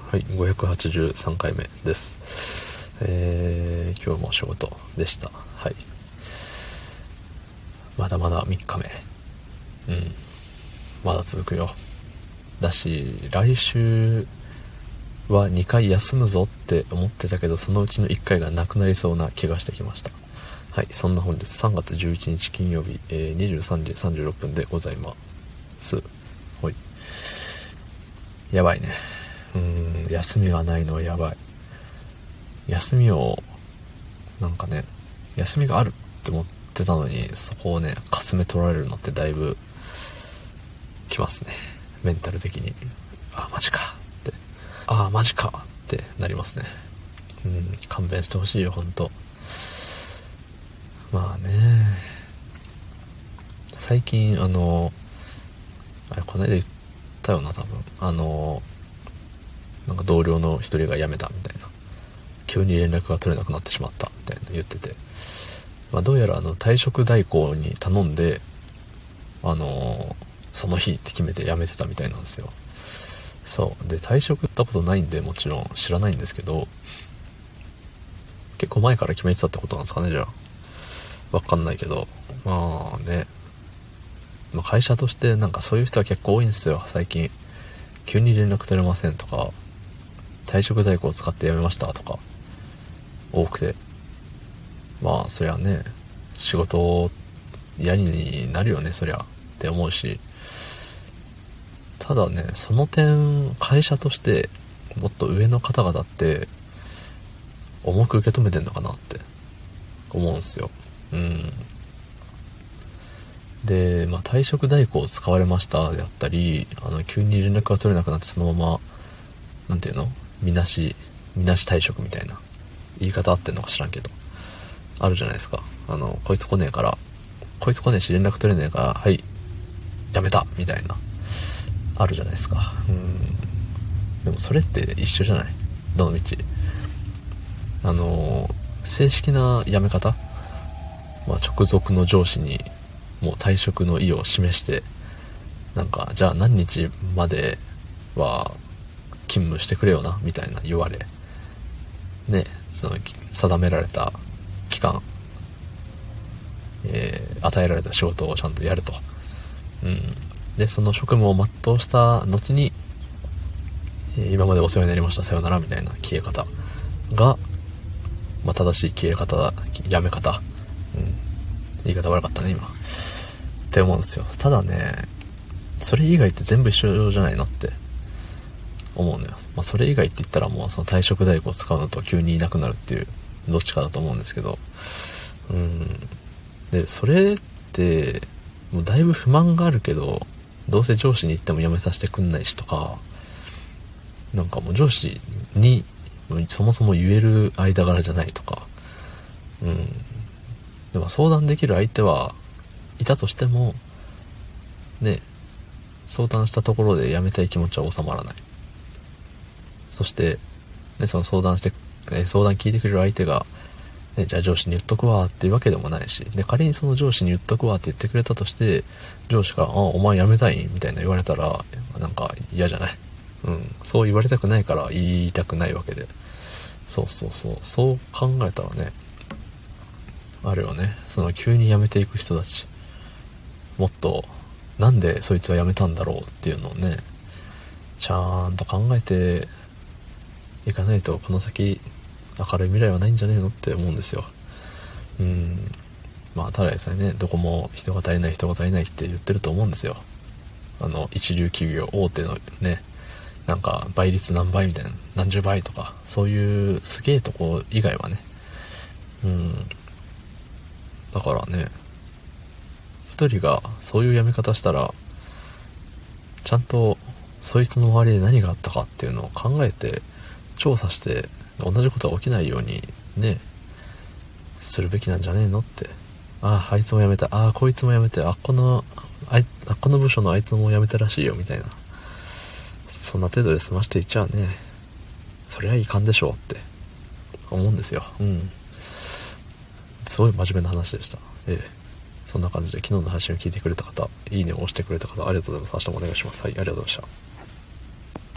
はい、583回目です。今日も仕事でした。はい。まだまだ3日目。まだ続くよ。だし、来週は2回休むぞって思ってたけど、そのうちの1回がなくなりそうな気がしてきました。はい、そんな本日3月11日金曜日、23時36分でございます。はい。やばいね。休みがないのはやばい。休みをなんかね、休みがあるって思ってたのに、そこをねかすめ取られるのってだいぶきますね、メンタル的に。マジかって、マジかってなりますね。勘弁してほしいよ、ほんと。まあね、最近あれこの間言ったよな、多分なんか同僚の一人が辞めたみたいな、急に連絡が取れなくなってしまったみたいな言ってて、どうやら退職代行に頼んでその日って決めて辞めてたみたいなんですよ。そうで、退職ったことないんでもちろん知らないんですけど、結構前から決めてたってことなんですかね。じゃあわかんないけど、まあね、会社としてなんかそういう人は結構多いんですよ最近。急に連絡取れませんとか、退職代行を使って辞めましたとか多くて、まあそりゃね、仕事嫌になるよねそりゃって思うし、ただね、その点会社としてもっと上の方々って重く受け止めてんのかなって思うんですよ。で、退職代行を使われましたであったり、急に連絡が取れなくなってそのままなんていうの、みなし退職みたいな言い方合ってんのか知らんけどあるじゃないですか。こいつ来ねえし連絡取れねえからはいやめたみたいなあるじゃないですか。でもそれって一緒じゃない、どのみち。正式な辞め方、直属の上司にもう退職の意を示して、なんかじゃあ何日までは勤務してくれよなみたいな言われね、その定められた期間、与えられた仕事をちゃんとやると。でその職務を全うした後に、今までお世話になりました、さよならみたいな消え方が、正しい消え方、やめ方、言い方悪かったね今って思うんですよ。ただね、それ以外って全部一緒じゃないのって思うのよ。それ以外って言ったらもうその退職代行を使うのと急にいなくなるっていうどっちかだと思うんですけど、でそれってもうだいぶ不満があるけど、どうせ上司に言っても辞めさせてくんないしとか、なんかもう上司にそもそも言える間柄じゃないとか、でも相談できる相手はいたとしてもね、相談したところで辞めたい気持ちは収まらない。そして、ね、その相談聞いてくれる相手が、ね、じゃあ上司に言っとくわっていうわけでもないし、で仮にその上司に言っとくわって言ってくれたとして、上司がお前辞めたいみたいな言われたらなんか嫌じゃない。そう言われたくないから言いたくないわけで、そう考えたらね、あるよね、その急に辞めていく人たち、もっとなんでそいつは辞めたんだろうっていうのをね、ちゃんと考えていかないとこの先明るい未来はないんじゃねえのって思うんですよ。ただでさえね、どこも人が足りないって言ってると思うんですよ。一流企業大手のね、なんか倍率何倍みたいな、何十倍とかそういうすげえとこ以外はね、だからね、一人がそういう辞め方したらちゃんとそいつの周りで何があったかっていうのを考えて調査して、同じことが起きないようにねするべきなんじゃねえのって。あいつも辞めた、こいつも辞めて、この部署のあいつも辞めたらしいよみたいな、そんな程度で済ましていっちゃうね、そりゃいかんでしょうって思うんですよ。すごい真面目な話でした。そんな感じで昨日の配信を聞いてくれた方、いいねを押してくれた方、ありがとうございます。明日もお願いします。はい、ありがとうございました。